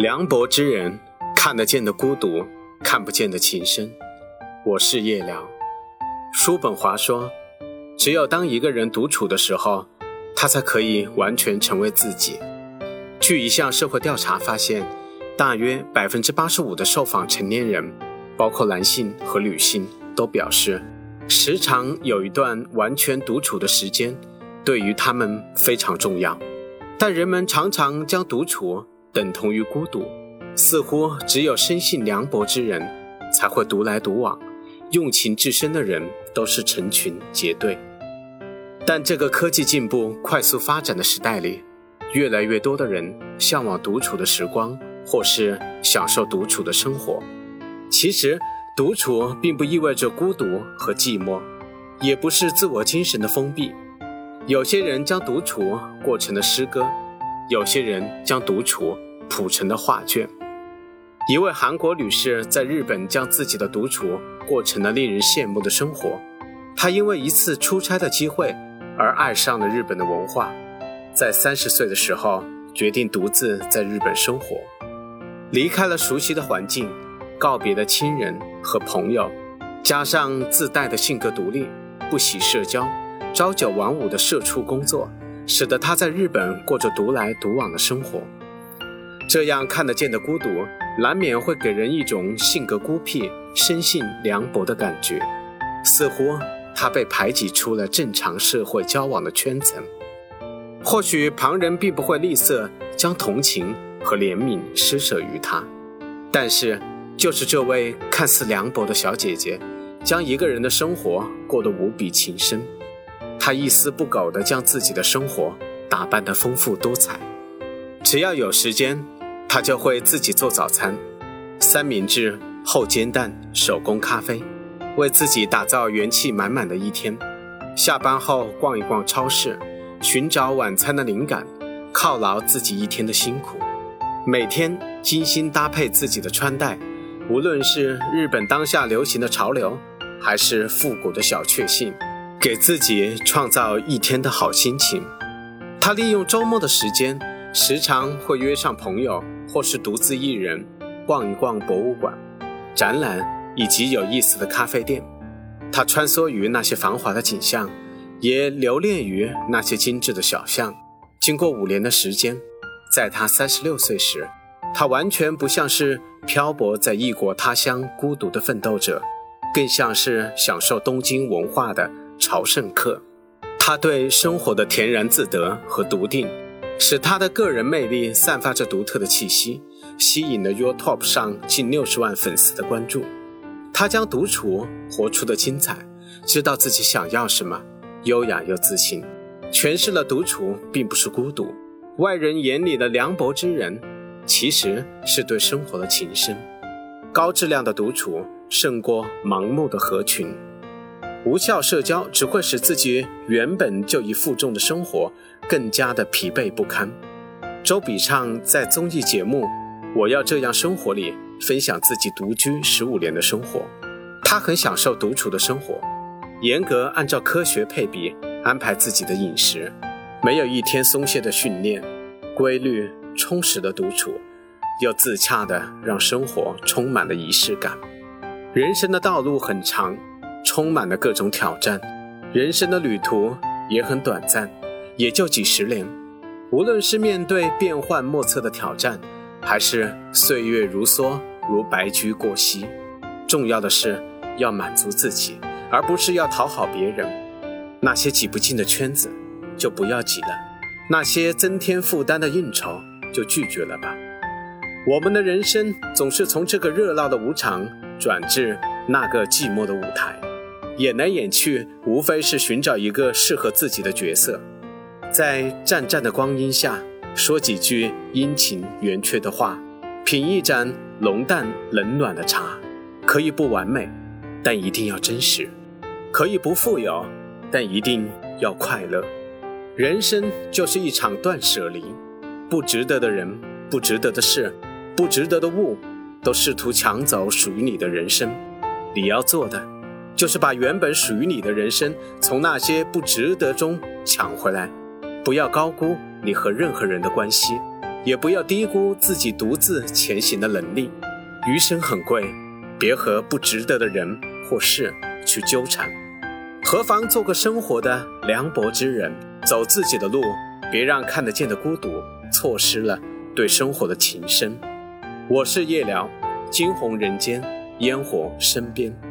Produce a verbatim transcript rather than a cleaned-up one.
凉薄之人，看得见的孤独，看不见的情深。我是夜聊。叔本华说，只有当一个人独处的时候，他才可以完全成为自己。据一项社会调查发现，大约 百分之八十五 的受访成年人，包括男性和女性，都表示时常有一段完全独处的时间对于他们非常重要。但人们常常将独处等同于孤独，似乎只有生性凉薄之人才会独来独往，用情至深的人都是成群结队。但这个科技进步快速发展的时代里，越来越多的人向往独处的时光，或是享受独处的生活。其实独处并不意味着孤独和寂寞，也不是自我精神的封闭。有些人将独处过成了诗歌，有些人将独处谱成了画卷。一位韩国女士在日本将自己的独处过成了令人羡慕的生活。她因为一次出差的机会而爱上了日本的文化，在三十岁的时候决定独自在日本生活，离开了熟悉的环境，告别了亲人和朋友，加上自带的性格独立，不喜社交，朝九晚五的社畜工作，使得他在日本过着独来独往的生活。这样看得见的孤独，难免会给人一种性格孤僻、生性凉薄的感觉，似乎他被排挤出了正常社会交往的圈层。或许旁人并不会吝啬将同情和怜悯施舍于他，但是就是这位看似凉薄的小姐姐，将一个人的生活过得无比情深。她一丝不苟地将自己的生活打扮得丰富多彩。只要有时间，她就会自己做早餐，三明治、厚煎蛋、手工咖啡，为自己打造元气满满的一天。下班后逛一逛超市，寻找晚餐的灵感，犒劳自己一天的辛苦。每天精心搭配自己的穿戴，无论是日本当下流行的潮流，还是复古的小确幸，给自己创造一天的好心情。他利用周末的时间，时常会约上朋友，或是独自一人逛一逛博物馆、展览以及有意思的咖啡店。他穿梭于那些繁华的景象，也留恋于那些精致的小巷。经过五年的时间，在他三十六岁时，他完全不像是漂泊在异国他乡孤独的奋斗者，更像是享受东京文化的朝圣客。他对生活的恬然自得和笃定，使他的个人魅力散发着独特的气息，吸引了 YouTube 上近六十万粉丝的关注。他将独处活出的精彩，知道自己想要什么，优雅又自信，诠释了独处并不是孤独。外人眼里的凉薄之人，其实是对生活的情深。高质量的独处胜过盲目的合群。无效社交只会使自己原本就已负重的生活更加的疲惫不堪。周笔畅在综艺节目《我要这样生活》里分享自己独居十五年的生活。他很享受独处的生活，严格按照科学配比安排自己的饮食，没有一天松懈的训练，规律充实的独处，又自洽的让生活充满了仪式感。人生的道路很长，充满了各种挑战，人生的旅途也很短暂，也就几十年。无论是面对变幻莫测的挑战，还是岁月如梭如白驹过隙，重要的是要满足自己，而不是要讨好别人。那些挤不进的圈子就不要挤了，那些增添负担的应酬就拒绝了吧。我们的人生总是从这个热闹的舞场转至那个寂寞的舞台，演来演去无非是寻找一个适合自己的角色，在湛湛的光阴下说几句阴晴圆缺的话，品一盏浓淡冷暖的茶。可以不完美，但一定要真实；可以不富有，但一定要快乐。人生就是一场断舍离，不值得的人、不值得的事、不值得的物，都试图抢走属于你的人生。你要做的，就是把原本属于你的人生从那些不值得中抢回来。不要高估你和任何人的关系， 也不要低估自己独自前行的能力。余生很贵，别和不值得的人或事去纠缠，何妨做个生活的凉薄之人，走自己的路，别让看得见的孤独错失了对生活的情深。我是夜聊，惊鸿人间，烟火身边。